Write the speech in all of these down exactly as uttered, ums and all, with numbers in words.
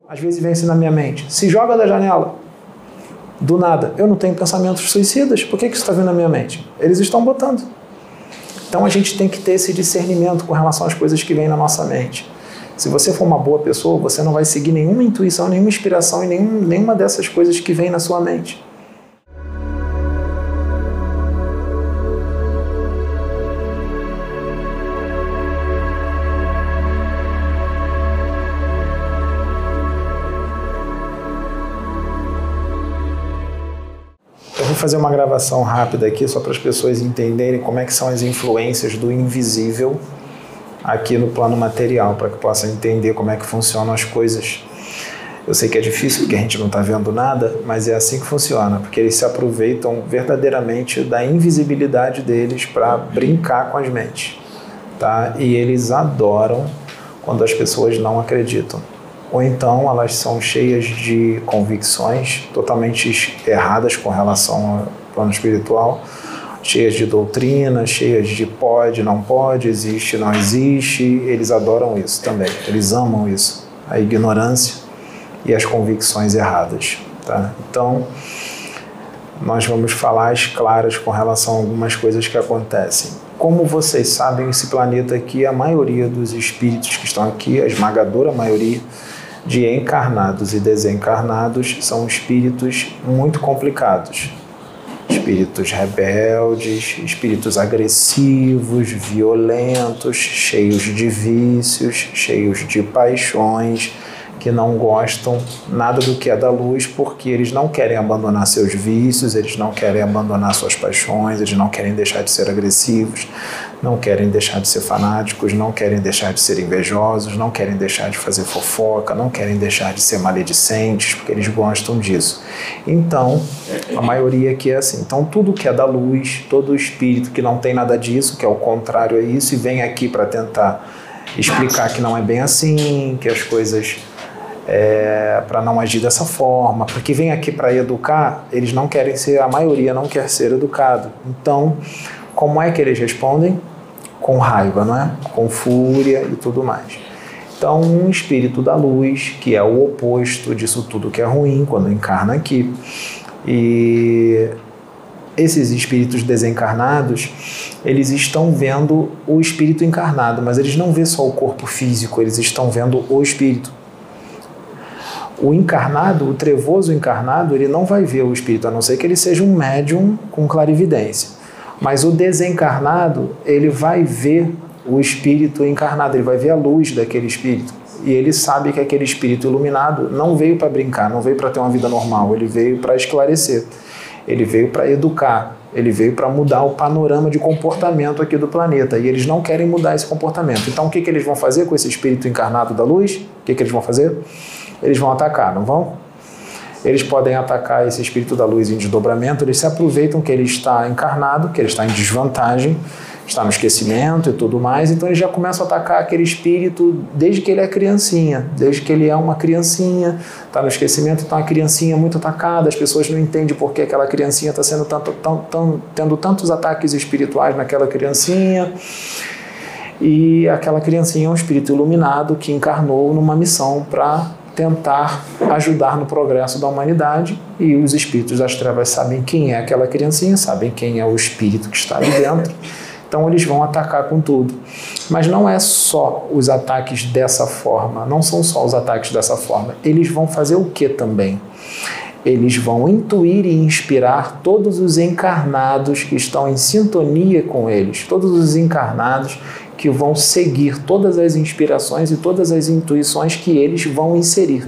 Às vezes vem assim na minha mente, se joga da janela. Do nada, eu não tenho pensamentos suicidas, por que que isso está vindo na minha mente? Eles estão botando. Então a gente tem que ter esse discernimento com relação às coisas que vêm na nossa mente. Se você for uma boa pessoa, você não vai seguir nenhuma intuição, nenhuma inspiração e nenhum, nenhuma dessas coisas que vêm na sua mente. Eu vou fazer uma gravação rápida aqui só para as pessoas entenderem como é que são as influências do invisível aqui no plano material, para que possam entender como é que funcionam as coisas. Eu sei que é difícil porque a gente não está vendo nada, mas é assim que funciona, porque eles se aproveitam verdadeiramente da invisibilidade deles para brincar com as mentes, tá? E eles adoram quando as pessoas não acreditam. Ou então elas são cheias de convicções totalmente erradas com relação ao plano espiritual, cheias de doutrina, cheias de pode, não pode, existe, não existe. Eles adoram isso também, eles amam isso, a ignorância e as convicções erradas, tá? Então, nós vamos falar as claras com relação a algumas coisas que acontecem. Como vocês sabem, esse planeta aqui, a maioria dos espíritos que estão aqui, a esmagadora maioria, de encarnados e desencarnados são espíritos muito complicados. Espíritos rebeldes, espíritos agressivos, violentos, cheios de vícios, cheios de paixões, que não gostam nada do que é da luz, porque eles não querem abandonar seus vícios, eles não querem abandonar suas paixões, eles não querem deixar de ser agressivos, não querem deixar de ser fanáticos, não querem deixar de ser invejosos, não querem deixar de fazer fofoca, não querem deixar de ser maledicentes, porque eles gostam disso. Então, a maioria aqui é assim. Então, tudo que é da luz, todo espírito que não tem nada disso, que é o contrário a isso, e vem aqui para tentar explicar que não é bem assim, que as coisas... É, para não agir dessa forma, porque vem aqui para educar, eles não querem ser, a maioria não quer ser educado. Então, como é que eles respondem? Com raiva, não é? Com fúria e tudo mais. Então, um espírito da luz, que é o oposto disso tudo que é ruim, quando encarna aqui, e esses espíritos desencarnados, eles estão vendo o espírito encarnado, mas eles não vêem só o corpo físico, eles estão vendo o espírito. O encarnado, o trevoso encarnado, ele não vai ver o espírito, a não ser que ele seja um médium com clarividência. Mas o desencarnado, ele vai ver o espírito encarnado, ele vai ver a luz daquele espírito. E ele sabe que aquele espírito iluminado não veio para brincar, não veio para ter uma vida normal, ele veio para esclarecer, ele veio para educar, ele veio para mudar o panorama de comportamento aqui do planeta. E eles não querem mudar esse comportamento. Então, o que, que eles vão fazer com esse espírito encarnado da luz? O que, que eles vão fazer? Eles vão atacar, não vão? Eles podem atacar esse espírito da luz em desdobramento, eles se aproveitam que ele está encarnado, que ele está em desvantagem, está no esquecimento e tudo mais, então eles já começam a atacar aquele espírito desde que ele é criancinha, desde que ele é uma criancinha, está no esquecimento, então a criancinha é muito atacada, as pessoas não entendem por que aquela criancinha está sendo tanto, tão, tão, tendo tantos ataques espirituais naquela criancinha. E aquela criancinha é um espírito iluminado que encarnou numa missão para tentar ajudar no progresso da humanidade, e os espíritos das trevas sabem quem é aquela criancinha, sabem quem é o espírito que está ali dentro, então eles vão atacar com tudo. Mas não é só os ataques dessa forma, não são só os ataques dessa forma, eles vão fazer o que também? Eles vão intuir e inspirar todos os encarnados que estão em sintonia com eles, todos os encarnados que vão seguir todas as inspirações e todas as intuições que eles vão inserir.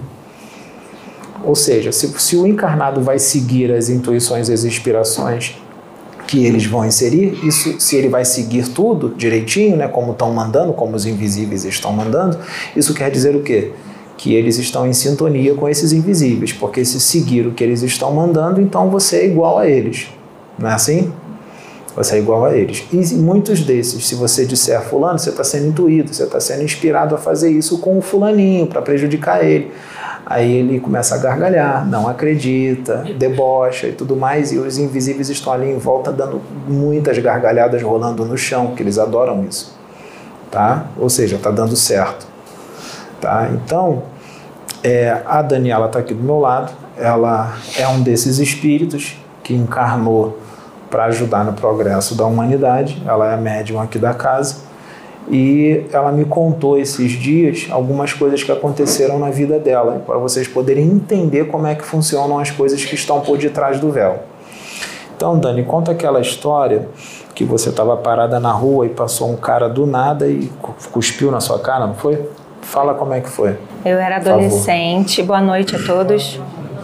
Ou seja, se, se o encarnado vai seguir as intuições e as inspirações que eles vão inserir, isso, se ele vai seguir tudo direitinho, né, como estão mandando, como os invisíveis estão mandando, isso quer dizer o quê? Que eles estão em sintonia com esses invisíveis, porque se seguir o que eles estão mandando, então você é igual a eles. Não é assim? Você é igual a eles. E muitos desses, se você disser fulano, você está sendo intuído, você está sendo inspirado a fazer isso com o fulaninho, para prejudicar ele. Aí ele começa a gargalhar, não acredita, debocha e tudo mais, e os invisíveis estão ali em volta dando muitas gargalhadas rolando no chão, que eles adoram isso. Tá? Ou seja, está dando certo. Tá? Então, É, a Daniela está aqui do meu lado, ela é um desses espíritos que encarnou para ajudar no progresso da humanidade, ela é a médium aqui da casa, e ela me contou esses dias algumas coisas que aconteceram na vida dela, para vocês poderem entender como é que funcionam as coisas que estão por detrás do véu. Então, Dani, conta aquela história que você estava parada na rua e passou um cara do nada e cuspiu na sua cara, não foi? Fala como é que foi. Eu era adolescente. Boa noite a todos.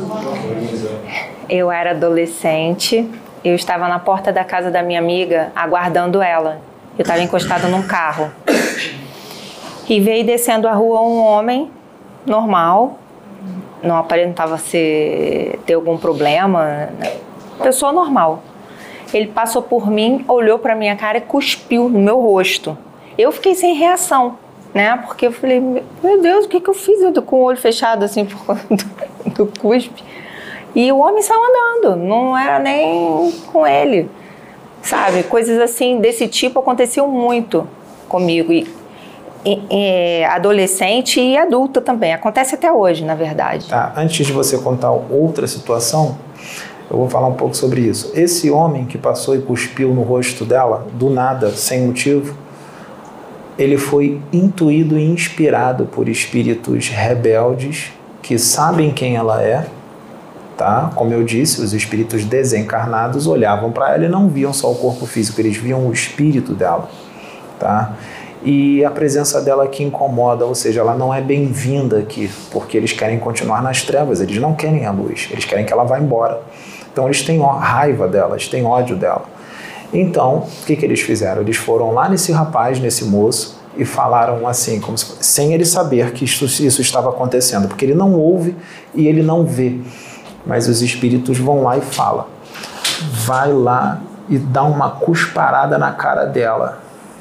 Eu era adolescente. Eu estava na porta da casa da minha amiga, aguardando ela. Eu estava encostada num carro. E veio descendo a rua um homem normal. Não aparentava ser, ter algum problema. Pessoa normal. Ele passou por mim, olhou para minha cara e cuspiu no meu rosto. Eu fiquei sem reação, né? Porque eu falei, meu Deus, o que, que eu fiz? Eu tô com o olho fechado assim por conta do, do cuspe. E o homem saiu andando, não era nem com ele, sabe? Coisas assim, desse tipo aconteciam muito comigo. E, e, e adolescente e adulta também. Acontece até hoje, na verdade. Tá, antes de você contar outra situação, eu vou falar um pouco sobre isso. Esse homem que passou e cuspiu no rosto dela, do nada, sem motivo, ele foi intuído e inspirado por espíritos rebeldes que sabem quem ela é, tá? Como eu disse, os espíritos desencarnados olhavam para ela e não viam só o corpo físico, eles viam o espírito dela, tá? E a presença dela aqui incomoda, ou seja, ela não é bem-vinda aqui, porque eles querem continuar nas trevas, eles não querem a luz, eles querem que ela vá embora. Então eles têm raiva dela, eles têm ódio dela. Então, o que, que eles fizeram? Eles foram lá nesse rapaz, nesse moço, e falaram assim, como se, sem ele saber que isso, isso estava acontecendo, porque ele não ouve e ele não vê. Mas os espíritos vão lá e falam, vai lá e dá uma cusparada na cara dela.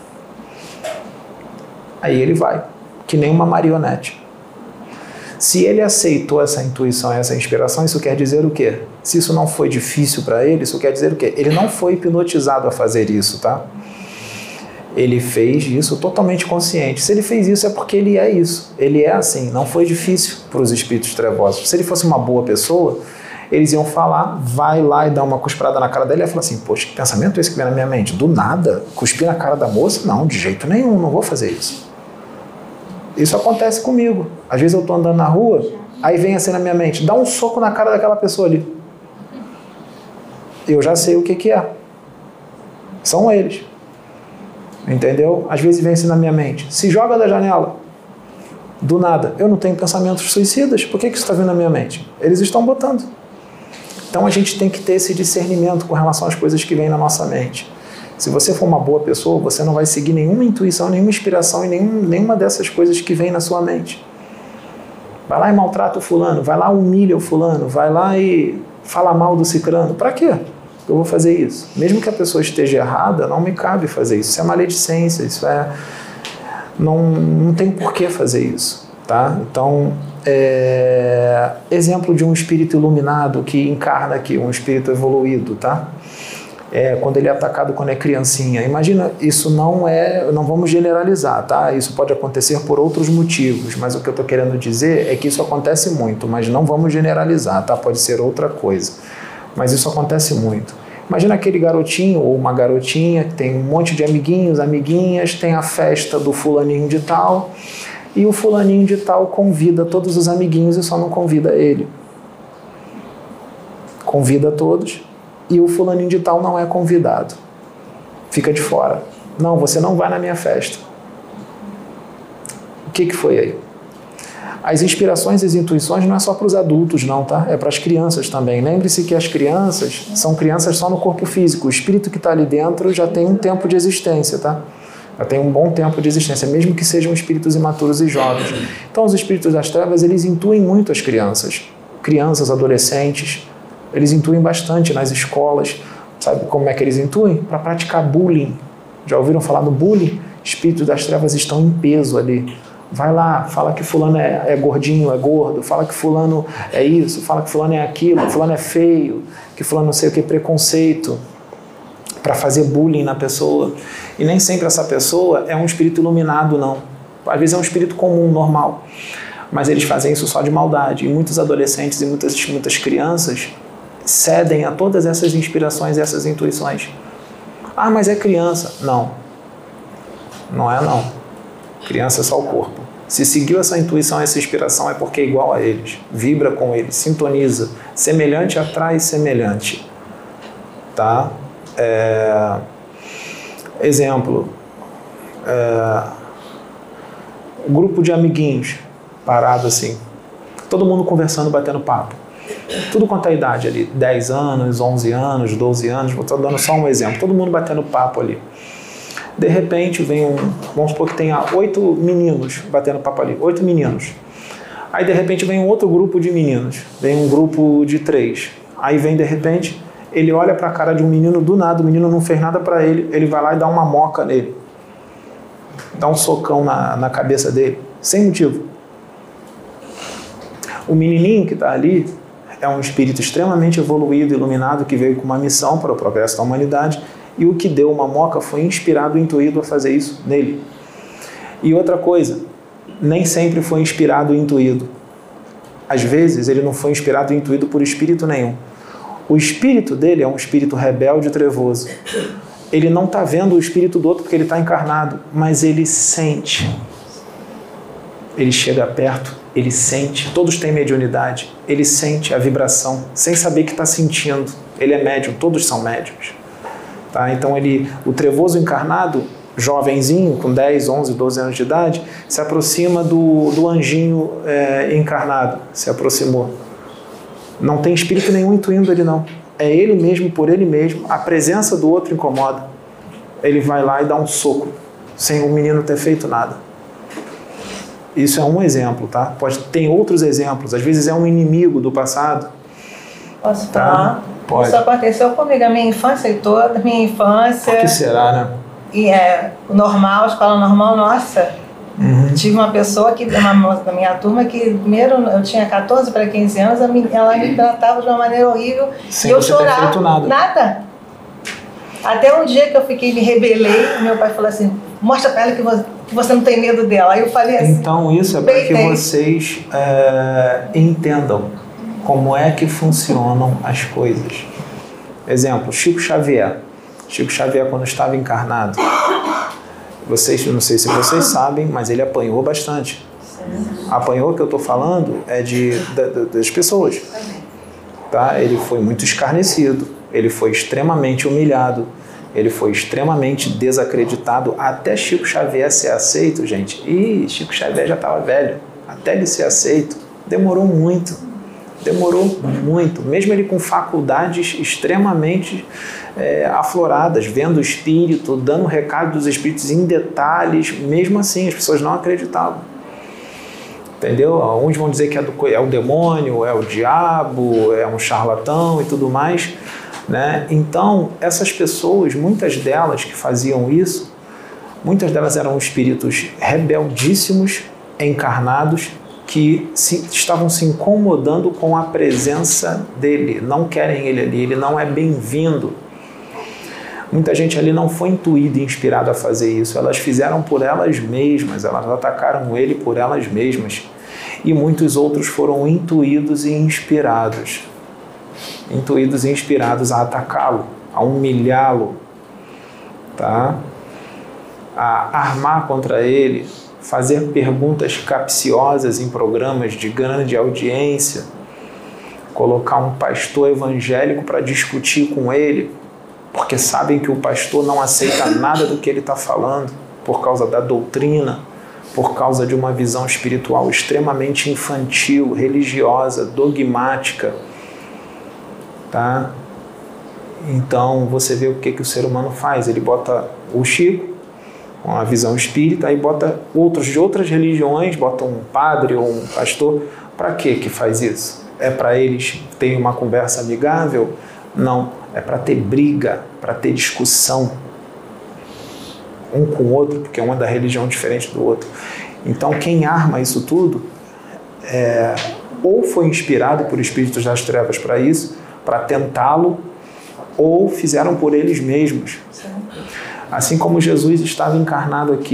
Aí ele vai, que nem uma marionete. Se ele aceitou essa intuição, essa inspiração, isso quer dizer o quê? Se isso não foi difícil para ele, isso quer dizer o quê? Ele não foi hipnotizado a fazer isso, tá? Ele fez isso totalmente consciente. Se ele fez isso é porque ele é isso. Ele é assim, não foi difícil para os espíritos trevosos. Se ele fosse uma boa pessoa, eles iam falar, vai lá e dar uma cusparada na cara dele e ia falar assim, poxa, que pensamento é esse que vem na minha mente? Do nada? Cuspir na cara da moça? Não, de jeito nenhum, não vou fazer isso. Isso acontece comigo. Às vezes eu estou andando na rua, aí vem assim na minha mente, dá um soco na cara daquela pessoa ali. Eu já sei o que que é. São eles. Entendeu? Às vezes vem assim na minha mente, se joga da janela. Do nada. Eu não tenho pensamentos suicidas. Por que que isso está vindo na minha mente? Eles estão botando. Então a gente tem que ter esse discernimento com relação às coisas que vêm na nossa mente. Se você for uma boa pessoa, você não vai seguir nenhuma intuição, nenhuma inspiração e nenhum, nenhuma dessas coisas que vem na sua mente. Vai lá e maltrata o fulano, vai lá e humilha o fulano, vai lá e fala mal do cicrano. Para quê? Eu vou fazer isso. Mesmo que a pessoa esteja errada, não me cabe fazer isso. Isso é maledicência, isso é... Não, não tem por que fazer isso, tá? Então, é... exemplo de um espírito iluminado que encarna aqui, um espírito evoluído, tá? É, quando ele é atacado quando é criancinha. Imagina, isso não é, não vamos generalizar, tá? Isso pode acontecer por outros motivos, mas o que eu estou querendo dizer é que isso acontece muito, mas não vamos generalizar, tá? Pode ser outra coisa, mas isso acontece muito. Imagina aquele garotinho ou uma garotinha que tem um monte de amiguinhos, amiguinhas, tem a festa do fulaninho de tal, e o fulaninho de tal convida todos os amiguinhos e só não convida ele. Convida todos, e o fulaninho de tal não é convidado. Fica de fora. Não, você não vai na minha festa. O que que foi aí? As inspirações e as intuições não é só para os adultos, não, tá? É para as crianças também. Lembre-se que as crianças são crianças só no corpo físico. O espírito que está ali dentro já tem um tempo de existência, tá? Já tem um bom tempo de existência, mesmo que sejam espíritos imaturos e jovens. Então, os espíritos das trevas, eles intuem muito as crianças. Crianças, adolescentes, eles intuem bastante nas escolas. Sabe como é que eles intuem? Para praticar bullying. Já ouviram falar do bullying? Espíritos das trevas estão em peso ali. Vai lá, fala que fulano é, é gordinho, é gordo, fala que fulano é isso, fala que fulano é aquilo, que fulano é feio, que fulano não sei o que, preconceito, para fazer bullying na pessoa. E nem sempre essa pessoa é um espírito iluminado, não. Às vezes é um espírito comum, normal. Mas eles fazem isso só de maldade. E muitos adolescentes e muitas, muitas crianças cedem a todas essas inspirações e essas intuições. Ah, mas é criança. Não. Não é não. Criança é só o corpo. Se seguiu essa intuição, essa inspiração, é porque é igual a eles. Vibra com eles, sintoniza. Semelhante atrai semelhante. Tá? É... Exemplo. É... Grupo de amiguinhos. Parado assim. Todo mundo conversando, batendo papo. Tudo quanto é idade ali. dez anos, onze anos, doze anos. Vou estar dando só um exemplo. Todo mundo batendo papo ali. De repente vem um, vamos supor que tenha oito meninos batendo papo ali, oito meninos. Aí de repente vem um outro grupo de meninos, vem um grupo de três. Aí vem de repente, ele olha para a cara de um menino do nada, o menino não fez nada para ele, ele vai lá e dá uma moca nele. Dá um socão na, na cabeça dele, sem motivo. O menininho que está ali é um espírito extremamente evoluído, iluminado, que veio com uma missão para o progresso da humanidade. E o que deu uma moca foi inspirado, intuído a fazer isso nele. E outra coisa, nem sempre foi inspirado e intuído. Às vezes ele não foi inspirado e intuído por espírito nenhum. O espírito dele é um espírito rebelde e trevoso. Ele não está vendo o espírito do outro porque ele está encarnado, mas ele sente. Ele chega perto, ele sente. Todos têm mediunidade. Ele sente a vibração, sem saber que está sentindo. Ele é médium, todos são médiums. Tá? Então ele, o trevoso encarnado, jovenzinho, com dez, onze, doze anos de idade, se aproxima do, do anjinho é, encarnado, se aproximou. Não tem espírito nenhum intuindo ele não. É ele mesmo, por ele mesmo, a presença do outro incomoda. Ele vai lá e dá um soco, sem o menino ter feito nada. Isso é um exemplo, tá? Pode, tem outros exemplos, às vezes é um inimigo do passado. Posso tá? falar? Pode. Isso aconteceu comigo a minha infância e toda, a minha infância. O que será, né? E é normal, escola normal, nossa. Uhum. Tive uma pessoa que, uma moça da minha turma, que primeiro eu tinha catorze para quinze anos, ela me tratava de uma maneira horrível. Sem e eu você chorava. ter feito nada. Nada. Até um dia que eu fiquei, me rebelei, meu pai falou assim, mostra para ela que você, que você não tem medo dela. Aí eu falei assim. Então isso é para que vocês é, entendam como é que funcionam as coisas. Exemplo, Chico Xavier. Chico Xavier, quando estava encarnado, vocês, não sei se vocês sabem, mas ele apanhou bastante. Apanhou, que eu estou falando, é de, de, das pessoas. Tá? Ele foi muito escarnecido, ele foi extremamente humilhado, ele foi extremamente desacreditado, até Chico Xavier ser aceito, gente. E Chico Xavier já estava velho, até ele ser aceito, demorou muito. Demorou muito, mesmo ele com faculdades extremamente é, afloradas, vendo o espírito, dando o recado dos espíritos em detalhes, mesmo assim as pessoas não acreditavam. Entendeu? Uns vão dizer que é, do, é o demônio, é o diabo, é um charlatão e tudo mais, né? Então, essas pessoas, muitas delas que faziam isso, muitas delas eram espíritos rebeldíssimos, encarnados, que se, estavam se incomodando com a presença dele, não querem ele ali, ele não é bem-vindo. Muita gente ali não foi intuída e inspirada a fazer isso, elas fizeram por elas mesmas, elas atacaram ele por elas mesmas. E muitos outros foram intuídos e inspirados, intuídos e inspirados a atacá-lo, a humilhá-lo, tá? A armar contra ele, fazer perguntas capciosas em programas de grande audiência, colocar um pastor evangélico para discutir com ele, porque sabem que o pastor não aceita nada do que ele está falando, por causa da doutrina, por causa de uma visão espiritual extremamente infantil, religiosa, dogmática. Tá? Então você vê o que, que o ser humano faz, ele bota o Chico, com a visão espírita, aí bota outros de outras religiões, bota um padre ou um pastor. Para que que faz isso? É para eles terem uma conversa amigável? Não, é para ter briga, para ter discussão um com o outro, porque um é da religião diferente do outro. Então quem arma isso tudo é, ou foi inspirado por espíritos das trevas para isso, para tentá-lo, ou fizeram por eles mesmos. Assim como Jesus estava encarnado aqui,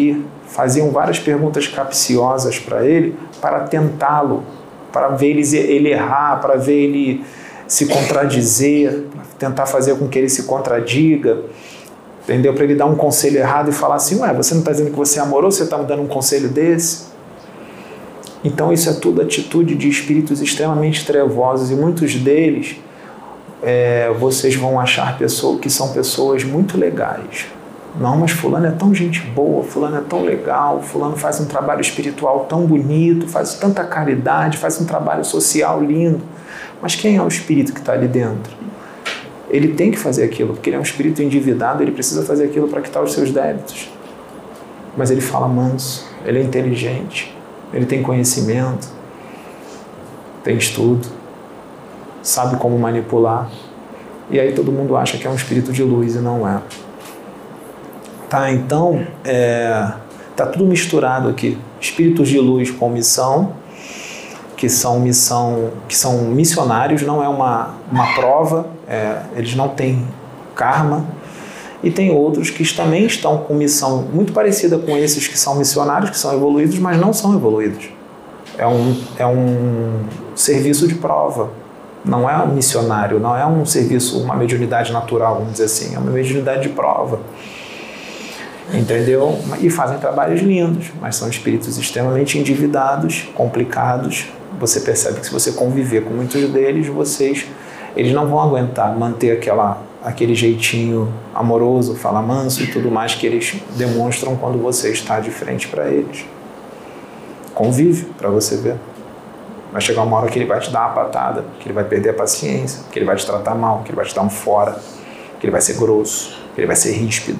faziam várias perguntas capciosas para ele, para tentá-lo, para ver ele, ele errar, para ver ele se contradizer, para tentar fazer com que ele se contradiga, entendeu? Para ele dar um conselho errado e falar assim, ué, você não está dizendo que você é amoroso, você está me dando um conselho desse? Então isso é tudo atitude de espíritos extremamente trevosos, e muitos deles é, vocês vão achar pessoa, que são pessoas muito legais. Não, mas fulano é tão gente boa, fulano é tão legal, fulano faz um trabalho espiritual tão bonito, faz tanta caridade, faz um trabalho social lindo. Mas quem é o espírito que está ali dentro? Ele tem que fazer aquilo, porque ele é um espírito endividado, ele precisa fazer aquilo para quitar os seus débitos. Mas ele fala manso, ele é inteligente, ele tem conhecimento, tem estudo, sabe como manipular. E aí todo mundo acha que é um espírito de luz e não é. Tá, então, é, tá tudo misturado aqui. Espíritos de luz com missão, que são missão, que são missionários, não é uma, uma prova, é, eles não têm karma. E tem outros que também estão com missão muito parecida com esses que são missionários, que são evoluídos, mas não são evoluídos. É um, é um serviço de prova. Não é um missionário, não é um serviço, uma mediunidade natural, vamos dizer assim, é uma mediunidade de prova. Entendeu? E fazem trabalhos lindos, mas são espíritos extremamente endividados, complicados. Você percebe que se você conviver com muitos deles, vocês, eles não vão aguentar manter aquela, aquele jeitinho amoroso, fala manso e tudo mais que eles demonstram quando você está de frente para eles. Convive para você ver. Vai chegar uma hora que ele vai te dar uma patada, que ele vai perder a paciência, que ele vai te tratar mal, que ele vai te dar um fora, que ele vai ser grosso, que ele vai ser ríspido.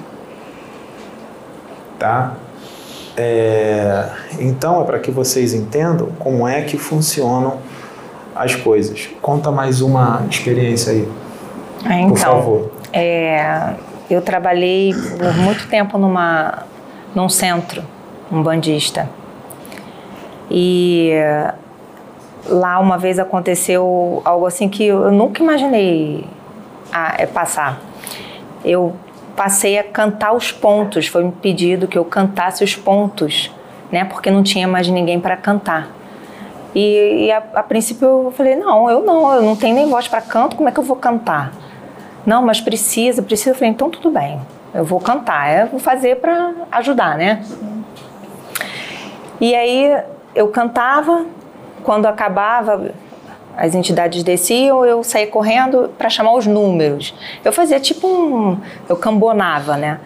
Tá? É, então é para que vocês entendam como é que funcionam as coisas. Conta mais uma experiência aí, ah, então, por favor. É, eu trabalhei por muito tempo numa, num centro, um bandista. E lá uma vez aconteceu algo assim que eu nunca imaginei a, passar. Eu passei a cantar os pontos, foi me pedido que eu cantasse os pontos, né, porque não tinha mais ninguém para cantar. E, e a, a princípio eu falei, não, eu não, eu não tenho nem voz para canto, como é que eu vou cantar? Não, mas precisa, precisa. Eu falei, então tudo bem, eu vou cantar, eu vou fazer para ajudar, né? E aí eu cantava, quando acabava, as entidades desciam, eu saía correndo para chamar os números. Eu fazia tipo um... eu cambonava, né?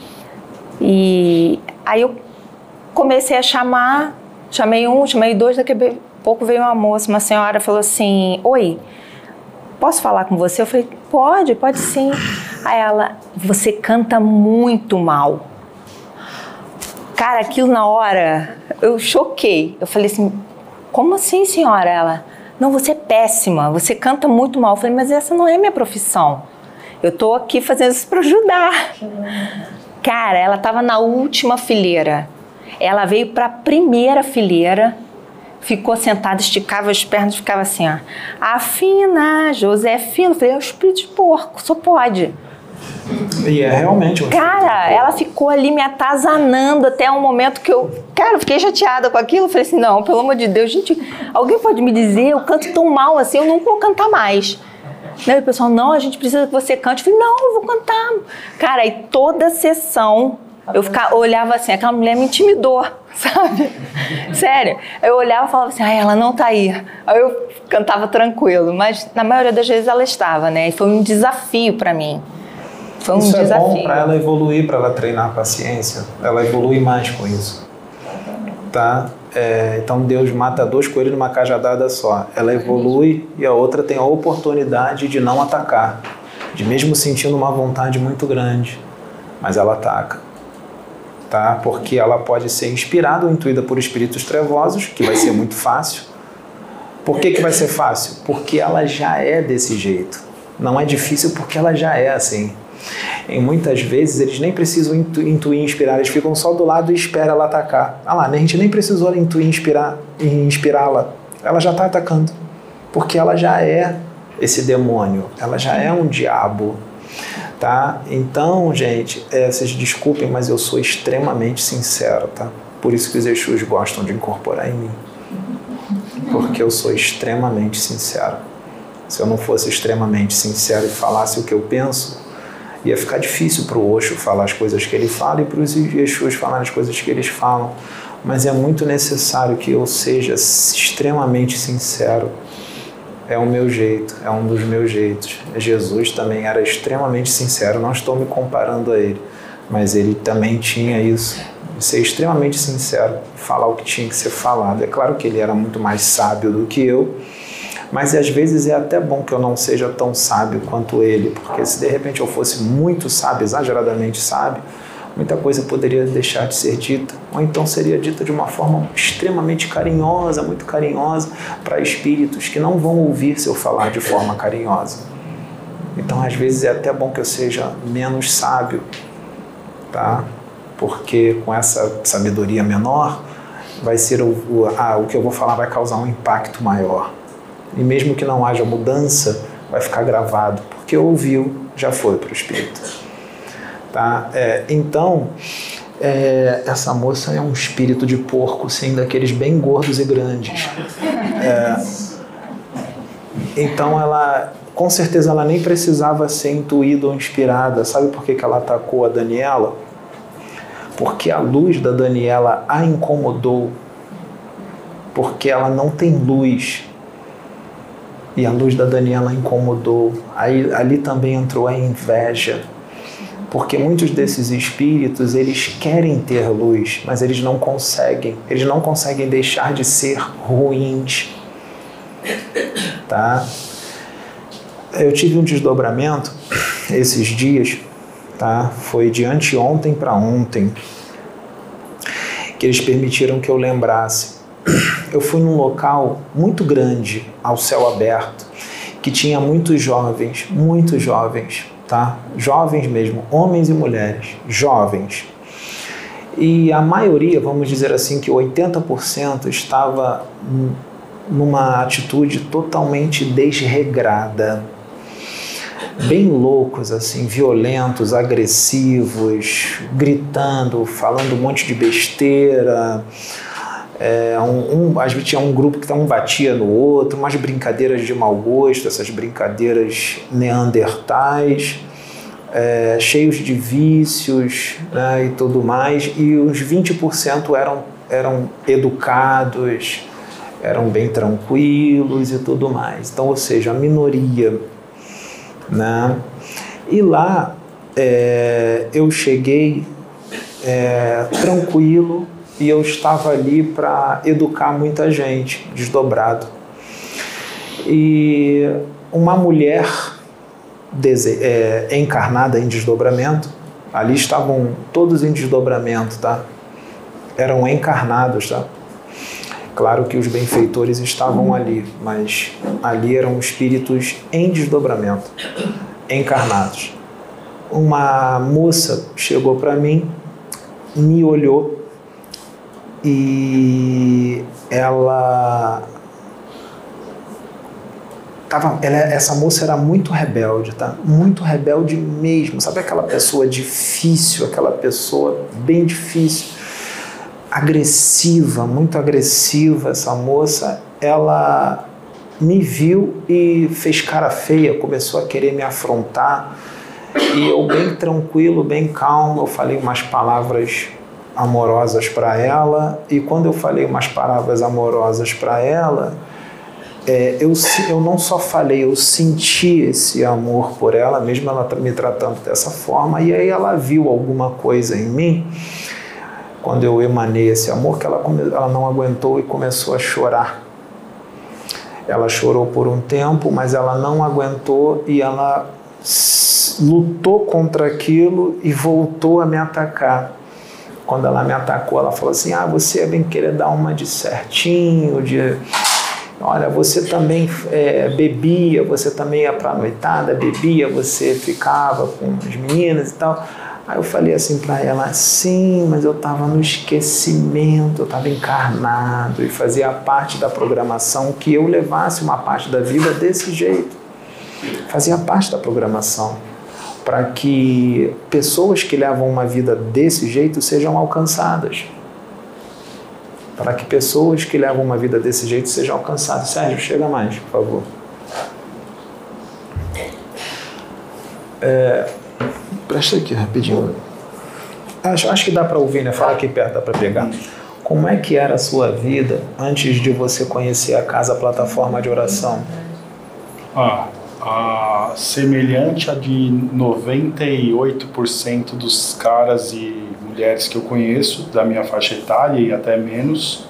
E aí eu comecei a chamar, chamei um, chamei dois, daqui a pouco veio uma moça, uma senhora, falou assim, oi, posso falar com você? Eu falei, pode, pode sim. Aí ela, você canta muito mal. Cara, aquilo na hora, eu choquei. Eu falei assim, como assim, senhora? Ela... não, você é péssima, você canta muito mal. Eu falei, mas essa não é minha profissão. Eu tô aqui fazendo isso para ajudar. Cara, ela estava na última fileira. Ela veio para a primeira fileira, ficou sentada, esticava as pernas, ficava assim, ó. Afina, Josefina. Eu falei, é o espírito de porco, só pode. E é realmente um Cara, ela ficou ali me atazanando até um momento que eu... Cara, eu fiquei chateada com aquilo. Falei assim, não, pelo amor de Deus, gente, alguém pode me dizer, eu canto tão mal assim, eu não vou cantar mais. Daí o pessoal, não, a gente precisa que você cante. Eu falei, não, eu vou cantar. Cara, aí toda a sessão, eu ficava, olhava assim, aquela mulher me intimidou, sabe? Sério. Eu olhava e falava assim, ah, ela não tá aí. Aí eu cantava tranquilo, mas na maioria das vezes ela estava, né? E foi um desafio para mim. Foi um isso desafio. É bom para ela evoluir, para ela treinar a paciência. Ela evolui mais com isso. Tá? É, então Deus mata dois coelhos numa cajadada só. Ela evolui e a outra tem a oportunidade de não atacar, de mesmo sentindo uma vontade muito grande, mas ela ataca. Tá? Porque ela pode ser inspirada ou intuída por espíritos trevosos, que vai ser muito fácil. Por que que vai ser fácil? Porque ela já é desse jeito. Não é difícil porque ela já é assim. E muitas vezes eles nem precisam intu intuir, inspirar, eles ficam só do lado e esperam ela atacar. Ah lá, a gente nem precisou intuir, inspirar e inspirá-la. Ela já está atacando. Porque ela já é esse demônio, ela já é um diabo. Tá? Então, gente, é, vocês desculpem, mas eu sou extremamente sincero, tá? Por isso que os Exus gostam de incorporar em mim. Porque eu sou extremamente sincero. Se eu não fosse extremamente sincero e falasse o que eu penso, ia ficar difícil para o Osho falar as coisas que ele fala e para os Exus falar as coisas que eles falam. Mas é muito necessário que eu seja extremamente sincero. É o meu jeito, é um dos meus jeitos. Jesus também era extremamente sincero, não estou me comparando a ele, mas ele também tinha isso, de ser extremamente sincero, falar o que tinha que ser falado. É claro que ele era muito mais sábio do que eu, mas às vezes é até bom que eu não seja tão sábio quanto ele, porque se de repente eu fosse muito sábio, exageradamente sábio, muita coisa poderia deixar de ser dita, ou então seria dita de uma forma extremamente carinhosa, muito carinhosa, para espíritos que não vão ouvir se eu falar de forma carinhosa. Então, às vezes, é até bom que eu seja menos sábio, tá? Porque com essa sabedoria menor, vai ser o, o, ah, o que eu vou falar vai causar um impacto maior. E mesmo que não haja mudança, vai ficar gravado, porque ouviu, já foi para o espírito. Tá? É, então, é, essa moça é um espírito de porco, sim, daqueles bem gordos e grandes. É, então, ela, com certeza, ela nem precisava ser intuída ou inspirada. Sabe por que que ela atacou a Daniela? Porque a luz da Daniela a incomodou. Porque ela não tem luz. E a luz da Daniela a incomodou. Aí, ali também entrou a inveja. Porque muitos desses espíritos, eles querem ter luz, mas eles não conseguem. Eles não conseguem deixar de ser ruins. Tá? Eu tive um desdobramento esses dias, tá? Foi de anteontem para ontem, que eles permitiram que eu lembrasse. Eu fui num local muito grande, ao céu aberto, que tinha muitos jovens, muitos jovens, tá? Jovens mesmo, homens e mulheres, jovens. E a maioria, vamos dizer assim, que oitenta por cento estava numa atitude totalmente desregrada. Bem loucos, assim, violentos, agressivos, gritando, falando um monte de besteira. É, um, um, às vezes tinha um grupo que um batia no outro, umas brincadeiras de mau gosto, essas brincadeiras neandertais, é, cheios de vícios, né, e tudo mais, e os vinte por cento eram, eram educados, eram bem tranquilos e tudo mais. Então, ou seja, a minoria, né? E lá é, eu cheguei é, tranquilo, e eu estava ali para educar muita gente, desdobrado. E uma mulher dese- é, encarnada em desdobramento, ali estavam todos em desdobramento, tá? Eram encarnados, tá? Claro que os benfeitores estavam ali, mas ali eram espíritos em desdobramento, encarnados. Uma moça chegou para mim, me olhou, e ela, tava, ela, essa moça era muito rebelde, tá? Muito rebelde mesmo. Sabe aquela pessoa difícil, aquela pessoa bem difícil, agressiva, muito agressiva. Essa moça, ela me viu e fez cara feia, começou a querer me afrontar. E eu bem tranquilo, bem calmo, eu falei umas palavras amorosas para ela, e quando eu falei umas palavras amorosas para ela, é, eu, eu não só falei, eu senti esse amor por ela, mesmo ela me tratando dessa forma, e aí ela viu alguma coisa em mim, quando eu emanei esse amor, que ela, ela não aguentou e começou a chorar. Ela chorou por um tempo, mas ela não aguentou e ela lutou contra aquilo e voltou a me atacar. Quando ela me atacou, ela falou assim, ah, você é bem querer dar uma de certinho, de... Olha, você também é, bebia, você também ia pra noitada, bebia, você ficava com as meninas e tal. Aí eu falei assim pra ela, sim, mas eu tava no esquecimento, eu tava encarnado e fazia parte da programação que eu levasse uma parte da vida desse jeito. Fazia parte da programação. para que pessoas que levam uma vida desse jeito sejam alcançadas. Para que pessoas que levam uma vida desse jeito sejam alcançadas. Sérgio, chega mais, por favor. É, presta aqui rapidinho. Acho, acho que dá para ouvir, né? Fala aqui perto, dá para pegar. Como é que era a sua vida antes de você conhecer a Casa Plataforma de Oração? Ah, a, semelhante a de noventa e oito por cento dos caras e mulheres que eu conheço, da minha faixa etária e até menos,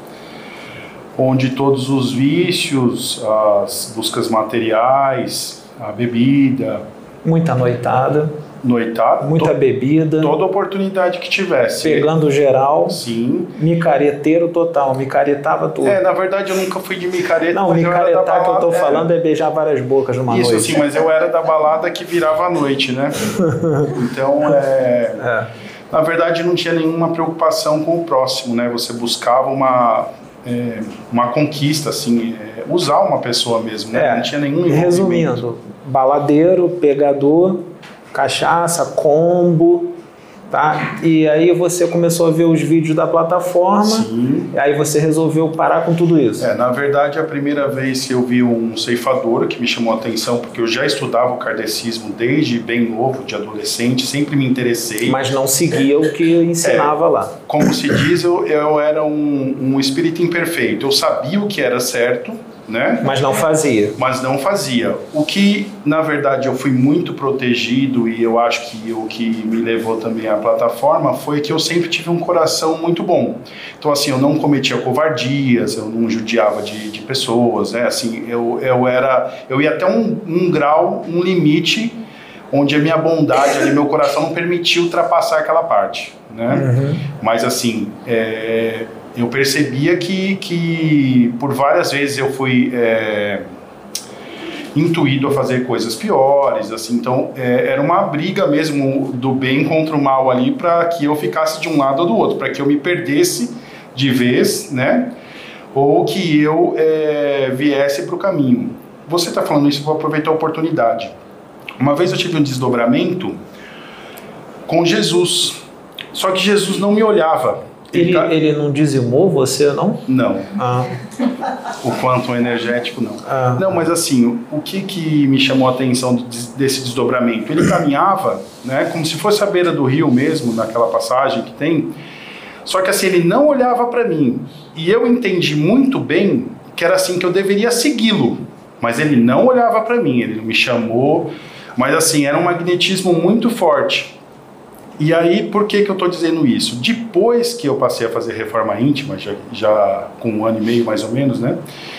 onde todos os vícios, as buscas materiais, a bebida... Muita noitada. Noitada. Muita to, bebida. Toda oportunidade que tivesse. Pegando geral. Sim. Micareteiro total. Micaretava tudo. É, na verdade eu nunca fui de micareta. Não, micaretar que eu tô falando é beijar várias bocas numa Isso, noite. Isso, sim, mas eu era da balada que virava à noite, né? Então, é, é. Na verdade não tinha nenhuma preocupação com o próximo, né? Você buscava uma... É, uma conquista, assim, é, usar uma pessoa mesmo, né? É, não tinha nenhum... Resumindo, baladeiro, pegador, cachaça, combo, tá? E aí você começou a ver os vídeos da plataforma. Sim. E aí você resolveu parar com tudo isso. É, na verdade, a primeira vez que eu vi um ceifador que me chamou a atenção, porque eu já estudava o kardecismo desde bem novo, de adolescente, sempre me interessei. Mas não seguia o que ensinava é, lá. Como se diz, eu, eu era um, um espírito imperfeito. Eu sabia o que era certo, né? Mas não fazia. Mas não fazia. O que, na verdade, eu fui muito protegido e eu acho que o que me levou também à plataforma foi que eu sempre tive um coração muito bom. Então, assim, eu não cometia covardias, eu não judiava de, de pessoas, né? Assim, eu, eu era... Eu ia até um, um grau, um limite, onde a minha bondade, ali, meu coração não permitia ultrapassar aquela parte, né? Uhum. Mas, assim... É, eu percebia que, que por várias vezes eu fui é, intuído a fazer coisas piores, assim, então é, era uma briga mesmo do bem contra o mal ali para que eu ficasse de um lado ou do outro, para que eu me perdesse de vez, né, ou que eu é, viesse para o caminho. Você está falando isso, vou aproveitar a oportunidade. Uma vez eu tive um desdobramento com Jesus, só que Jesus não me olhava. Ele, ele não dizimou você, não? Não. Ah. O quantum energético, não. Ah. Não, mas assim, o que, que me chamou a atenção desse desdobramento? Ele caminhava, né, como se fosse à beira do rio mesmo, naquela passagem que tem, só que assim, ele não olhava para mim. E eu entendi muito bem que era assim que eu deveria segui-lo, mas ele não olhava para mim, ele me chamou, mas assim, era um magnetismo muito forte. E aí, por que que eu estou dizendo isso? Depois que eu passei a fazer reforma íntima, já, já com um ano e meio mais ou menos, né?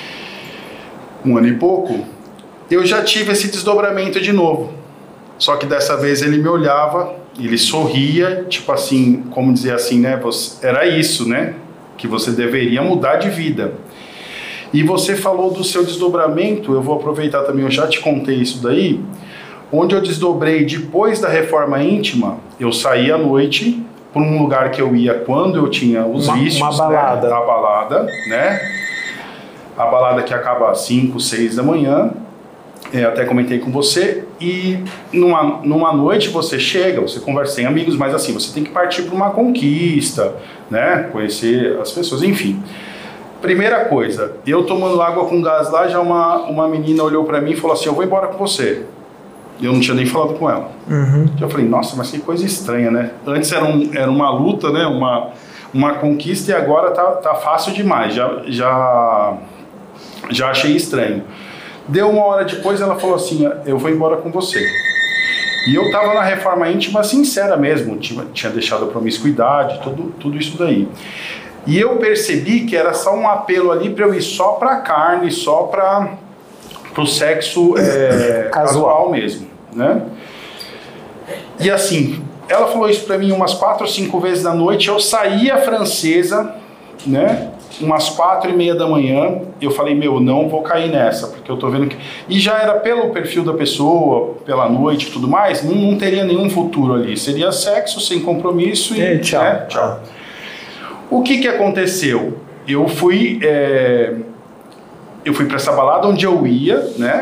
Um ano e pouco, eu já tive esse desdobramento de novo. Só que dessa vez ele me olhava, ele sorria, tipo assim, como dizer assim, né? Você, era isso, né? Que você deveria mudar de vida. E você falou do seu desdobramento, eu vou aproveitar também, eu já te contei isso daí, onde eu desdobrei depois da reforma íntima, eu saí à noite para um lugar que eu ia quando eu tinha os uma, vícios, uma balada. Né? A balada, né? A balada que acaba às cinco, seis da manhã, é, até comentei com você, e numa, numa noite você chega, você conversa sem amigos, mas assim, você tem que partir para uma conquista, né? Conhecer as pessoas, enfim. Primeira coisa, eu tomando água com gás lá, já uma, uma menina olhou para mim e falou assim, eu vou embora com você. Eu não tinha nem falado com ela. Uhum. Eu falei, nossa, mas que coisa estranha, né? Antes era, um, era uma luta, né? Uma, uma conquista, e agora tá, tá fácil demais. Já, já, já achei estranho. Deu uma hora depois, ela falou assim, eu vou embora com você. E eu tava na reforma íntima sincera mesmo. Tinha, tinha deixado a promiscuidade, tudo, tudo isso daí. E eu percebi que era só um apelo ali para eu ir só pra carne, só pra... pro sexo é, casual mesmo, né? E assim, ela falou isso pra mim umas quatro ou cinco vezes da noite, eu saía francesa, né? Umas quatro e meia da manhã, eu falei, meu, não vou cair nessa, porque eu tô vendo que... E já era pelo perfil da pessoa, pela noite e tudo mais, não, não teria nenhum futuro ali, seria sexo sem compromisso e... e tchau. Né? Tchau. O que que aconteceu? Eu fui... É... Eu fui para essa balada onde eu ia, né?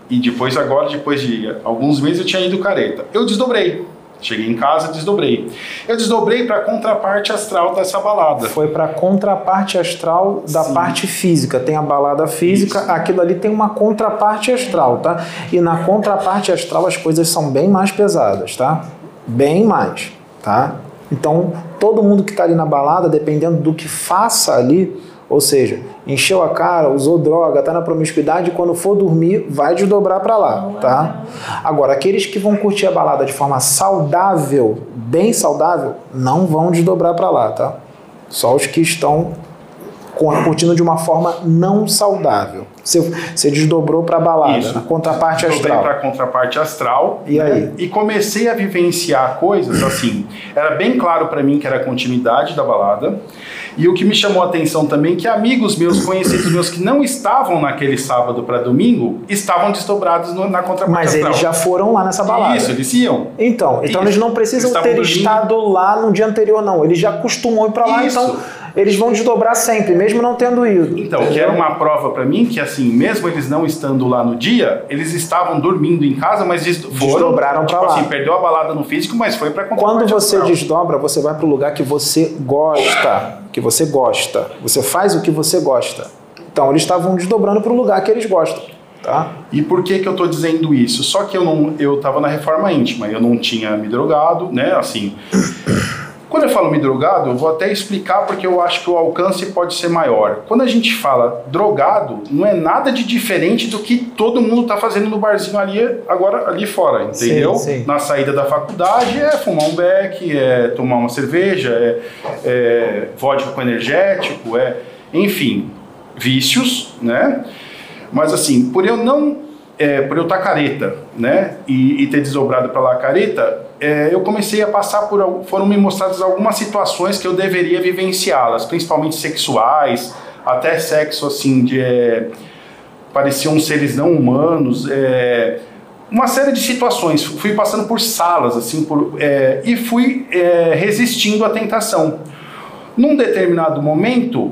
E depois agora, depois de alguns meses, eu tinha ido careta. Eu desdobrei. Cheguei em casa, desdobrei. Eu desdobrei para a contraparte astral dessa balada. Foi para a contraparte astral da Sim. parte física. Tem a balada física, Isso. aquilo ali tem uma contraparte astral, tá? E na contraparte astral as coisas são bem mais pesadas, tá? Bem mais, tá? Então, todo mundo que está ali na balada, dependendo do que faça ali, ou seja, encheu a cara, usou droga, tá na promiscuidade, quando for dormir, vai desdobrar para lá, tá? Agora, aqueles que vão curtir a balada de forma saudável, bem saudável, não vão desdobrar para lá, tá? Só os que estão curtindo de uma forma não saudável. Você, você desdobrou para a balada, Isso. na contraparte astral. para a contraparte astral. E né? aí? E comecei a vivenciar coisas assim. Era bem claro para mim que era a continuidade da balada. E o que me chamou a atenção também, que amigos meus, conhecidos meus, que não estavam naquele sábado para domingo, estavam desdobrados no, na contraparte Mas astral. Mas eles já foram lá nessa balada. Isso, eles iam. Então, então Isso. eles não precisam eles ter dormindo. estado lá no dia anterior, não. Eles já costumam ir para lá, Isso. então eles vão desdobrar sempre, mesmo não tendo ido. Então, entendeu? Que era uma prova para mim que, assim, mesmo eles não estando lá no dia, eles estavam dormindo em casa, mas foram, desdobraram tipo para lá. Assim, perdeu a balada no físico, mas foi para Quando você astral. desdobra, você vai para o lugar que você gosta, que você gosta. Você faz o que você gosta. Então, eles estavam desdobrando para o lugar que eles gostam. Tá? E por que que eu estou dizendo isso? Só que eu não, eu estava na reforma íntima, eu não tinha me drogado, né? Assim, quando eu falo me drogado, eu vou até explicar porque eu acho que o alcance pode ser maior. Quando a gente fala drogado, não é nada de diferente do que todo mundo está fazendo no barzinho ali, agora ali fora, entendeu? Sim, sim. Na saída da faculdade é fumar um beck, é tomar uma cerveja, é, é vodka com energético, é, enfim, vícios, né? Mas assim, por eu não, é, por eu estar careta, né, e, e ter desdobrado para lá careta, é, eu comecei a passar por, foram me mostradas algumas situações que eu deveria vivenciá-las, principalmente sexuais, até sexo assim, de, é, pareciam seres não humanos, é, uma série de situações, fui passando por salas, assim, por, é, e fui é, resistindo à tentação. Num determinado momento,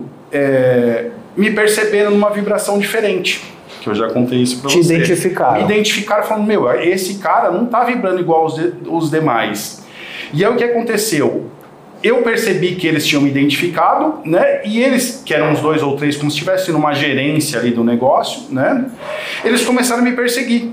é, me perceberam numa vibração diferente, que eu já contei isso pra Te você. Te identificaram. Me identificaram falando, meu, esse cara não tá vibrando igual os, de, os demais. E aí o que aconteceu? Eu percebi que eles tinham me identificado, né? E eles, que eram uns dois ou três, como se estivessem numa gerência ali do negócio, né? Eles começaram a me perseguir.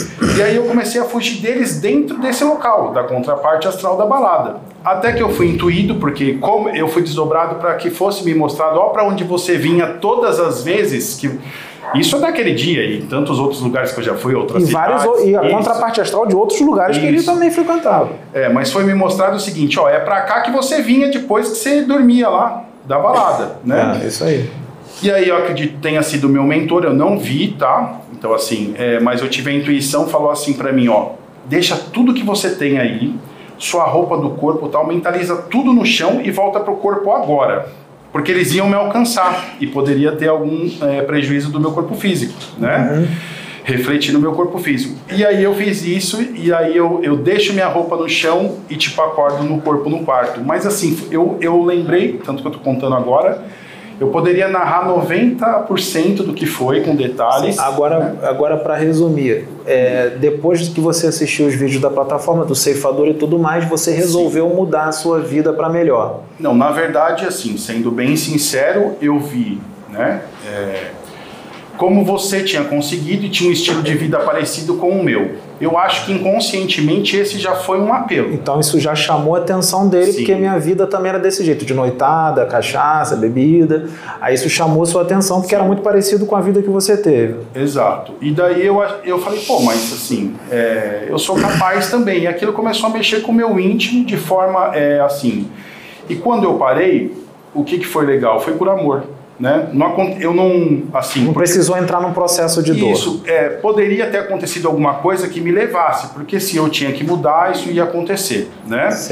E aí eu comecei a fugir deles dentro desse local, da contraparte astral da balada. Até que eu fui intuído, porque como eu fui desdobrado para que fosse me mostrado, ó, para onde você vinha todas as vezes que... Isso é daquele dia e tantos outros lugares que eu já fui, outras e cidades. Vários, e a isso. contraparte astral de outros lugares isso. que ele também frequentava. É, mas foi me mostrado o seguinte, ó, é pra cá que você vinha depois que você dormia lá, da balada, né? É, isso aí. E aí eu acredito que tenha sido meu mentor, eu não vi, tá? Então assim, é, mas eu tive a intuição, falou assim pra mim, ó, deixa tudo que você tem aí, sua roupa do corpo e tal, mentaliza tudo no chão e volta pro corpo agora. Porque eles iam me alcançar e poderia ter algum é, prejuízo do meu corpo físico, né? Uhum. Refletir no meu corpo físico. E aí eu fiz isso e aí eu, eu deixo minha roupa no chão e tipo acordo no corpo no quarto. Mas assim, eu, eu lembrei, tanto que eu tô contando agora, eu poderia narrar noventa por cento do que foi com detalhes. Sim, agora, né? agora para resumir, é, depois que você assistiu os vídeos da plataforma, do ceifador e tudo mais, você resolveu Sim. mudar a sua vida para melhor. Não, na verdade, assim, sendo bem sincero, eu vi, né, é, como você tinha conseguido e tinha um estilo de vida parecido com o meu. Eu acho que inconscientemente esse já foi um apelo. Então isso já chamou a atenção dele, Sim. porque minha vida também era desse jeito, de noitada, cachaça, bebida. Aí isso chamou sua atenção porque Sim. era muito parecido com a vida que você teve. Exato. E daí eu, eu falei, pô, mas assim, é, eu sou capaz também. E aquilo começou a mexer com o meu íntimo de forma é, assim. E quando eu parei, o que, que foi legal? Foi por amor. Né? Não, eu não, assim, não precisou entrar num processo de dor. Isso, é, poderia ter acontecido alguma coisa que me levasse, porque se eu tinha que mudar, isso ia acontecer, né? Sim.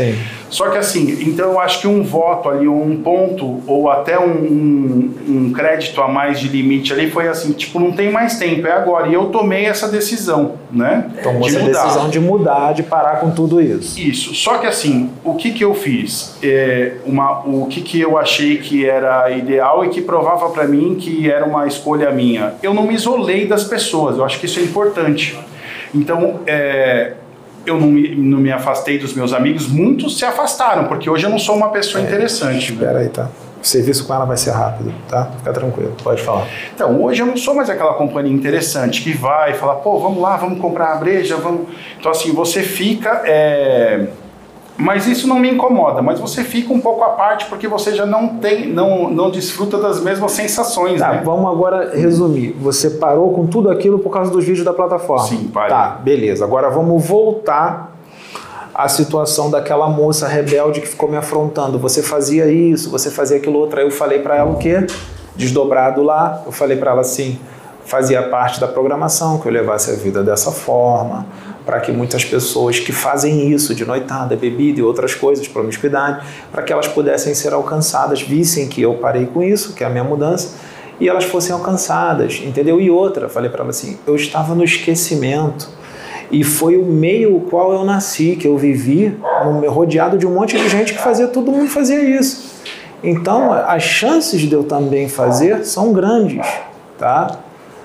Só que assim, então eu acho que um voto ali, ou um ponto, ou até um, um, um crédito a mais de limite ali foi assim, tipo, não tem mais tempo, é agora. E eu tomei essa decisão, né? Tomou de essa mudar. decisão de mudar, de parar com tudo isso. Isso. Só que assim, o que que eu fiz? É, uma, o que que eu achei que era ideal e que provava para mim que era uma escolha minha? Eu não me isolei das pessoas, eu acho que isso é importante. Então, é... eu não me, não me afastei dos meus amigos, muitos se afastaram, porque hoje eu não sou uma pessoa é, interessante. Espera né? aí, tá? O serviço com ela vai ser rápido, tá? Fica tranquilo, pode falar. Então, hoje eu não sou mais aquela companhia interessante que vai falar, pô, vamos lá, vamos comprar a breja, vamos... Então, assim, você fica... É... Mas isso não me incomoda, mas você fica um pouco à parte porque você já não tem, não, não desfruta das mesmas sensações, tá, né? Vamos agora resumir. Você parou com tudo aquilo por causa dos vídeos da plataforma? Sim, parei. Tá, beleza. Agora vamos voltar à situação daquela moça rebelde que ficou me afrontando. Você fazia isso, você fazia aquilo outro. Aí eu falei para ela o quê? Desdobrado lá, eu falei para ela assim, fazia parte da programação, que eu levasse a vida dessa forma, para que muitas pessoas que fazem isso de noitada, bebida e outras coisas, promiscuidade, para que elas pudessem ser alcançadas, vissem que eu parei com isso, que é a minha mudança, e elas fossem alcançadas, entendeu? E outra, falei para ela assim, eu estava no esquecimento, e foi o meio o qual eu nasci, que eu vivi, rodeado de um monte de gente que fazia, todo mundo fazia isso. Então, as chances de eu também fazer são grandes, tá?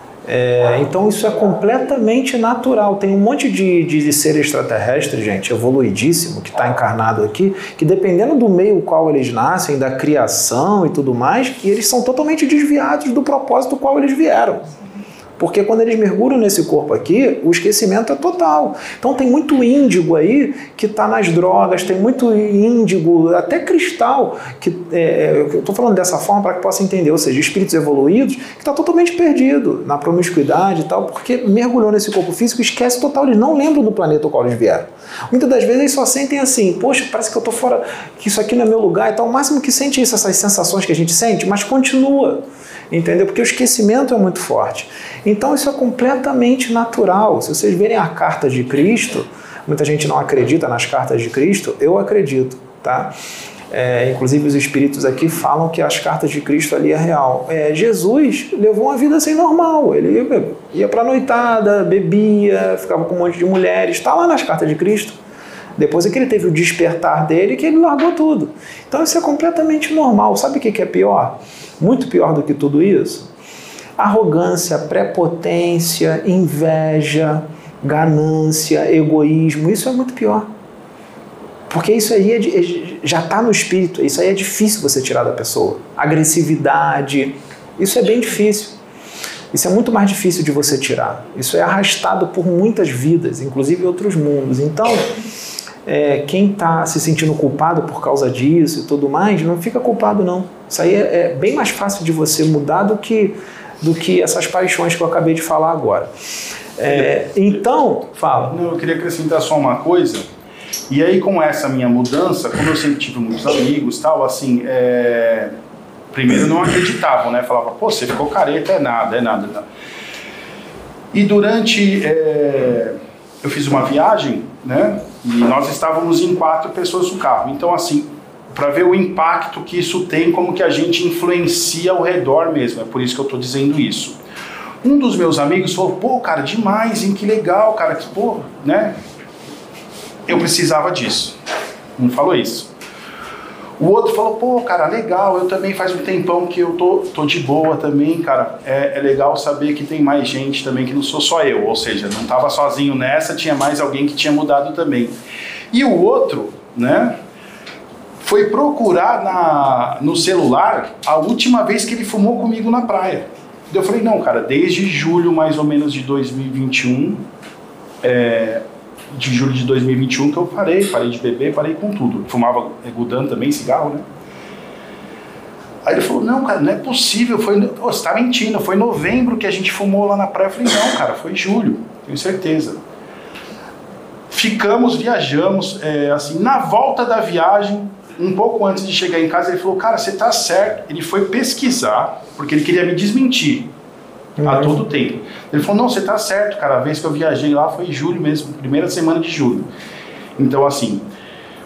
É, então isso é completamente natural. Tem um monte de, de, de ser extraterrestre, gente, evoluidíssimo, que está encarnado aqui, que dependendo do meio no qual eles nascem, da criação e tudo mais, e eles são totalmente desviados do propósito do qual eles vieram. Porque quando eles mergulham nesse corpo aqui, o esquecimento é total. Então tem muito índigo aí que está nas drogas, tem muito índigo, até cristal, que é, eu estou falando dessa forma para que possa entender, ou seja, espíritos evoluídos, que está totalmente perdido na promiscuidade e tal, porque mergulhou nesse corpo físico e esquece total, eles não lembram do planeta ao qual eles vieram. Muitas das vezes eles só sentem assim, poxa, parece que eu estou fora, que isso aqui não é meu lugar e tal, o máximo que sente isso, essas sensações que a gente sente, mas continua. Entendeu? Porque o esquecimento é muito forte. Então isso é completamente natural. Se vocês verem a carta de Cristo, muita gente não acredita nas cartas de Cristo, eu acredito, tá? É, inclusive os espíritos aqui falam que as cartas de Cristo ali é real. É, Jesus levou uma vida assim normal, ele ia, ia para a noitada, bebia, ficava com um monte de mulheres, está lá nas cartas de Cristo. Depois é que ele teve o despertar dele, que ele largou tudo. Então isso é completamente normal. Sabe o que é pior? Muito pior do que tudo isso? Arrogância, prepotência, inveja, ganância, egoísmo, isso é muito pior. Porque isso aí é de, já está no espírito, isso aí é difícil você tirar da pessoa. Agressividade, isso é bem difícil. Isso é muito mais difícil de você tirar. Isso é arrastado por muitas vidas, inclusive outros mundos. Então, é, quem está se sentindo culpado por causa disso e tudo mais, não fica culpado não. Isso aí é, é bem mais fácil de você mudar do que, do que essas paixões que eu acabei de falar agora. É, então, fala. Não, eu queria acrescentar só uma coisa. E aí, com essa minha mudança, como eu sempre tive muitos amigos tal, assim, é... primeiro não acreditavam, né? Falava, pô, você ficou careta, é nada, é nada, é nada. E durante... É... eu fiz uma viagem, né? E nós estávamos em quatro pessoas no carro. Então, assim, para ver o impacto que isso tem, como que a gente influencia ao redor mesmo. É por isso que eu estou dizendo isso. Um dos meus amigos falou, pô, cara, demais, hein? Que legal, cara, que pô, né? Eu precisava disso. Um falou isso. O outro falou, pô, cara, legal, eu também faz um tempão que eu tô, tô de boa também, cara. É, é legal saber que tem mais gente também, que não sou só eu. Ou seja, não tava sozinho nessa, tinha mais alguém que tinha mudado também. E o outro, né, foi procurar na, no celular a última vez que ele fumou comigo na praia. Eu falei, não, cara, desde julho mais ou menos de dois mil e vinte e um, é... de julho de dois mil e vinte e um que eu parei, parei de beber, parei com tudo. Fumava Gudan também, cigarro, né? Aí ele falou, não, cara, não é possível, foi, oh, você tá mentindo, foi novembro que a gente fumou lá na praia. Eu falei, não, cara, foi julho, tenho certeza. Ficamos, viajamos, é, assim, na volta da viagem, um pouco antes de chegar em casa, ele falou, cara, você tá certo. Ele foi pesquisar, porque ele queria me desmentir. Uhum. A todo tempo. Ele falou, não, você tá certo, cara, a vez que eu viajei lá foi em julho mesmo, primeira semana de julho. Então, assim,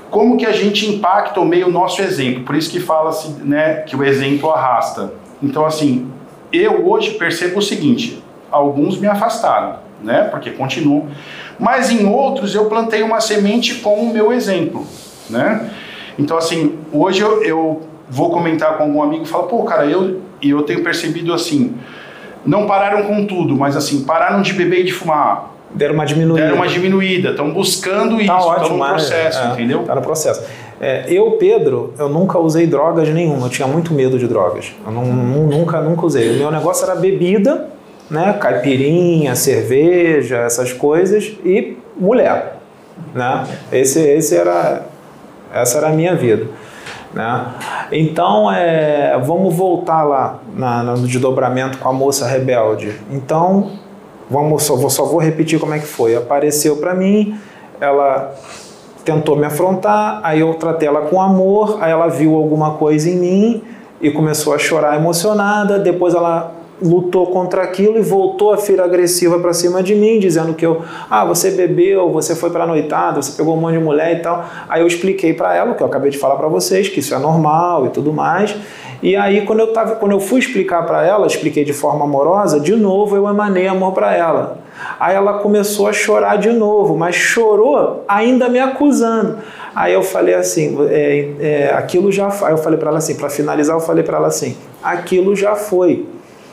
como que a gente impacta o meio nosso exemplo? Por isso que fala-se, né, que o exemplo arrasta. Então, assim, eu hoje percebo o seguinte, alguns me afastaram, né, porque continuam, mas em outros eu plantei uma semente com o meu exemplo, né? Então, assim, hoje eu, eu vou comentar com algum amigo e falo, pô, cara, eu, eu tenho percebido assim, não pararam com tudo, mas assim, pararam de beber e de fumar. Deram uma diminuída. Deram uma diminuída, estão buscando isso, tá estão ótimo, no processo, é, entendeu? Tá no processo. É, eu, Pedro, eu nunca usei drogas nenhuma, eu tinha muito medo de drogas. Eu não, nunca, nunca usei. O meu negócio era bebida, né, caipirinha, cerveja, essas coisas, e mulher, né? Esse, esse era, essa era a minha vida, né? Então, é, vamos voltar lá na, no desdobramento com a moça rebelde. Então, vamos, só, vou, só vou repetir como é que foi. Apareceu para mim, ela tentou me afrontar, aí eu tratei ela com amor, aí ela viu alguma coisa em mim e começou a chorar emocionada, depois ela lutou contra aquilo e voltou a vir agressiva para cima de mim, dizendo que eu, ah, você bebeu, você foi para a noitada, você pegou um monte de mulher e tal. Aí eu expliquei para ela, o que eu acabei de falar para vocês, que isso é normal e tudo mais. E aí quando eu, tava, quando eu fui explicar para ela, expliquei de forma amorosa, de novo eu emanei amor para ela. Aí ela começou a chorar de novo, mas chorou ainda me acusando. Aí eu falei assim, é, é, aquilo já foi. Aí eu falei para ela assim, para finalizar eu falei para ela assim, aquilo já foi.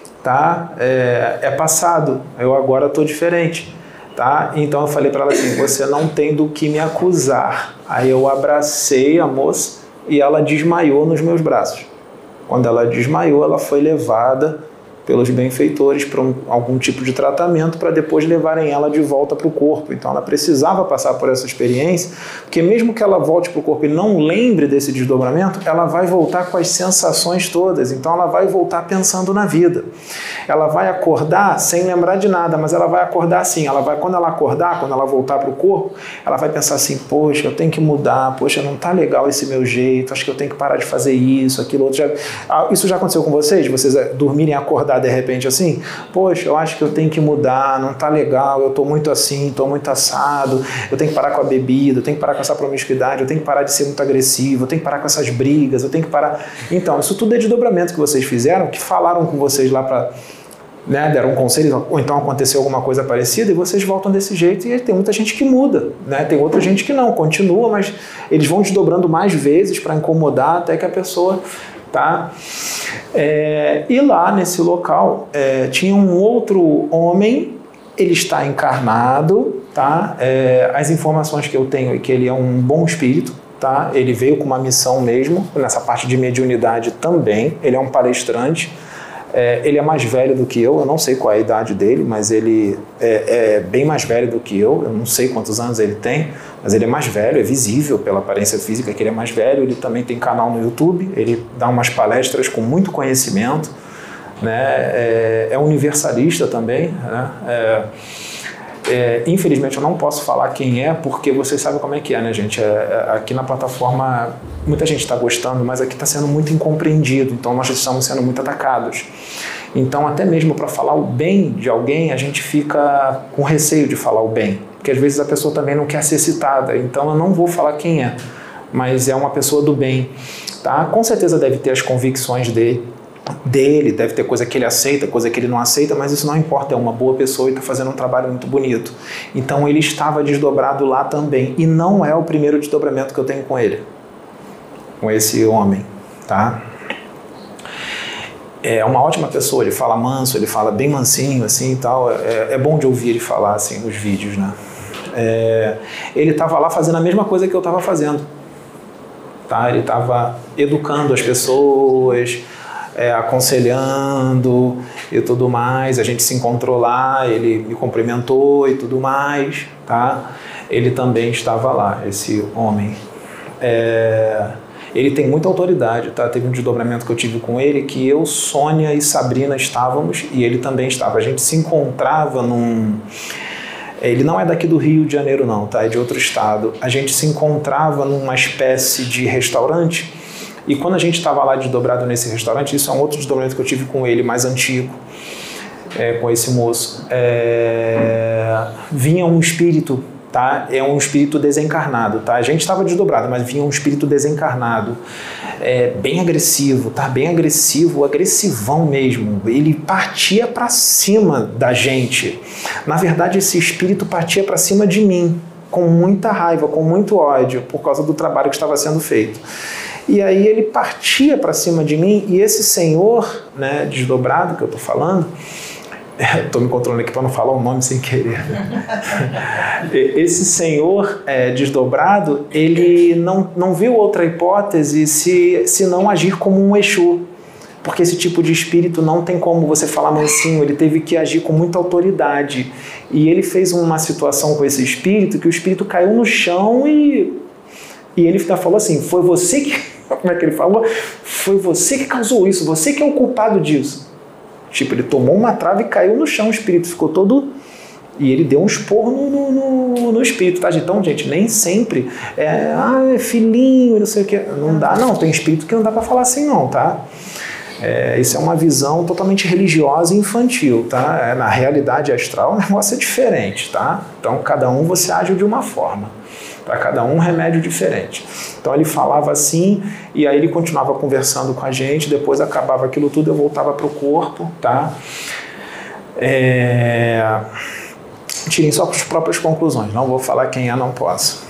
Tá? É, é passado, eu agora estou diferente, tá? Então eu falei para ela assim, você não tem do que me acusar. Aí eu abracei a moça e ela desmaiou nos meus braços. Quando ela desmaiou, ela foi levada pelos benfeitores para um, algum tipo de tratamento para depois levarem ela de volta para o corpo. Então ela precisava passar por essa experiência, porque mesmo que ela volte para o corpo e não lembre desse desdobramento, ela vai voltar com as sensações todas, então ela vai voltar pensando na vida. Ela vai acordar sem lembrar de nada, mas ela vai acordar assim, ela vai, quando ela acordar, quando ela voltar para o corpo, ela vai pensar assim, poxa, eu tenho que mudar, poxa, não tá legal esse meu jeito, acho que eu tenho que parar de fazer isso, aquilo outro. Já, isso já aconteceu com vocês? Vocês dormirem e acordar de repente assim, poxa, eu acho que eu tenho que mudar, não tá legal, eu tô muito assim, tô muito assado, eu tenho que parar com a bebida, eu tenho que parar com essa promiscuidade, eu tenho que parar de ser muito agressivo, eu tenho que parar com essas brigas, eu tenho que parar... Então, isso tudo é desdobramento que vocês fizeram, que falaram com vocês lá para... Né, deram um conselho, ou então aconteceu alguma coisa parecida e vocês voltam desse jeito e tem muita gente que muda, né? Tem outra gente que não, continua, mas eles vão desdobrando mais vezes para incomodar até que a pessoa... Tá? É, e lá nesse local é, tinha um outro homem, ele está encarnado, tá? É, as informações que eu tenho é que ele é um bom espírito, tá? Ele veio com uma missão mesmo, nessa parte de mediunidade também, ele é um palestrante, é, ele é mais velho do que eu, eu não sei qual é a idade dele, mas ele é, é bem mais velho do que eu, eu não sei quantos anos ele tem, mas ele é mais velho, é visível pela aparência física que ele é mais velho, ele também tem canal no YouTube, ele dá umas palestras com muito conhecimento, né? é, é universalista também, né? é, é, infelizmente eu não posso falar quem é, porque vocês sabem como é que é, né, gente? É, é, aqui na plataforma muita gente está gostando, mas aqui está sendo muito incompreendido, então nós estamos sendo muito atacados. Então até mesmo para falar o bem de alguém, a gente fica com receio de falar o bem, porque às vezes a pessoa também não quer ser citada, então eu não vou falar quem é, mas é uma pessoa do bem, tá? Com certeza deve ter as convicções dele, dele, deve ter coisa que ele aceita, coisa que ele não aceita, mas isso não importa, é uma boa pessoa e está fazendo um trabalho muito bonito. Então ele estava desdobrado lá também, e não é o primeiro desdobramento que eu tenho com ele, com esse homem, tá? É uma ótima pessoa, ele fala manso, ele fala bem mansinho, assim e tal, é, é bom de ouvir ele falar assim nos vídeos, né? É, ele estava lá fazendo a mesma coisa que eu estava fazendo, tá? Ele estava educando as pessoas, é, aconselhando e tudo mais, a gente se encontrou lá, ele me cumprimentou e tudo mais, tá? Ele também estava lá, esse homem. É, ele tem muita autoridade, tá? Teve um desdobramento que eu tive com ele, que eu, Sônia e Sabrina estávamos, e ele também estava. A gente se encontrava num... Ele não é daqui do Rio de Janeiro não, tá? É de outro estado. A gente se encontrava numa espécie de restaurante, e quando a gente estava lá desdobrado nesse restaurante, isso é um outro desdobramento que eu tive com ele, mais antigo, é, com esse moço, é, vinha um espírito tá? É um espírito desencarnado, tá? A gente estava desdobrado, mas vinha um espírito desencarnado, é, bem agressivo, tá? Bem agressivo, agressivão mesmo. Ele partia para cima da gente. Na verdade, esse espírito partia para cima de mim, com muita raiva, com muito ódio, por causa do trabalho que estava sendo feito. E aí ele partia para cima de mim, e esse senhor, né, desdobrado que eu estou falando, estou me controlando aqui para não falar o nome sem querer. Esse senhor é, desdobrado, ele não, não viu outra hipótese se, se não agir como um Exu. Porque esse tipo de espírito não tem como você falar mansinho, ele teve que agir com muita autoridade. E ele fez uma situação com esse espírito, que o espírito caiu no chão e, e ele falou assim, foi você que, como é que ele falou? Foi você que causou isso, você que é o culpado disso. Tipo, ele tomou uma trava e caiu no chão, o espírito ficou todo... E ele deu um esporro no, no, no, no espírito, tá? Então, gente, nem sempre é, ah, é filhinho, não sei o que. Não dá, não. Tem espírito que não dá pra falar assim, não, tá? É, isso é uma visão totalmente religiosa e infantil, tá? É, na realidade astral o negócio é diferente, tá? Então, cada um você age de uma forma. Para cada um um remédio diferente. Então ele falava assim, e aí ele continuava conversando com a gente, depois acabava aquilo tudo, eu voltava para o corpo, tá? É... Tirem só as próprias conclusões, não vou falar quem é, não posso.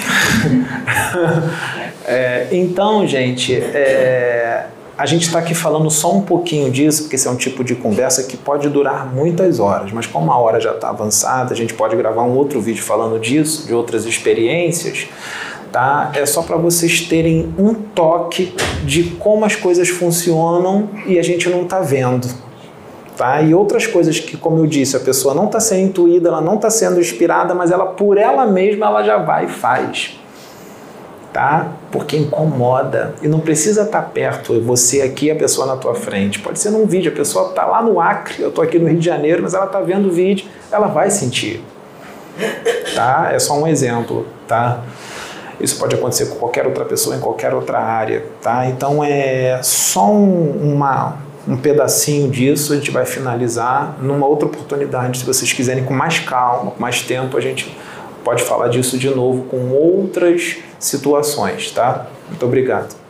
é, então, gente, é... a gente está aqui falando só um pouquinho disso, porque esse é um tipo de conversa que pode durar muitas horas, mas como a hora já está avançada, a gente pode gravar um outro vídeo falando disso, de outras experiências, tá? É só para vocês terem um toque de como as coisas funcionam e a gente não está vendo, tá? E outras coisas que, como eu disse, a pessoa não está sendo intuída, ela não está sendo inspirada, mas ela por ela mesma ela já vai e faz. Tá? Porque incomoda e não precisa estar perto, você aqui, a pessoa na tua frente, pode ser num vídeo, a pessoa está lá no Acre, eu estou aqui no Rio de Janeiro, mas ela está vendo o vídeo, ela vai sentir, tá? É só um exemplo, tá? Isso pode acontecer com qualquer outra pessoa em qualquer outra área, tá? Então é só um, uma, um pedacinho disso, a gente vai finalizar numa outra oportunidade, se vocês quiserem com mais calma, com mais tempo, a gente pode falar disso de novo com outras situações, tá? Muito obrigado.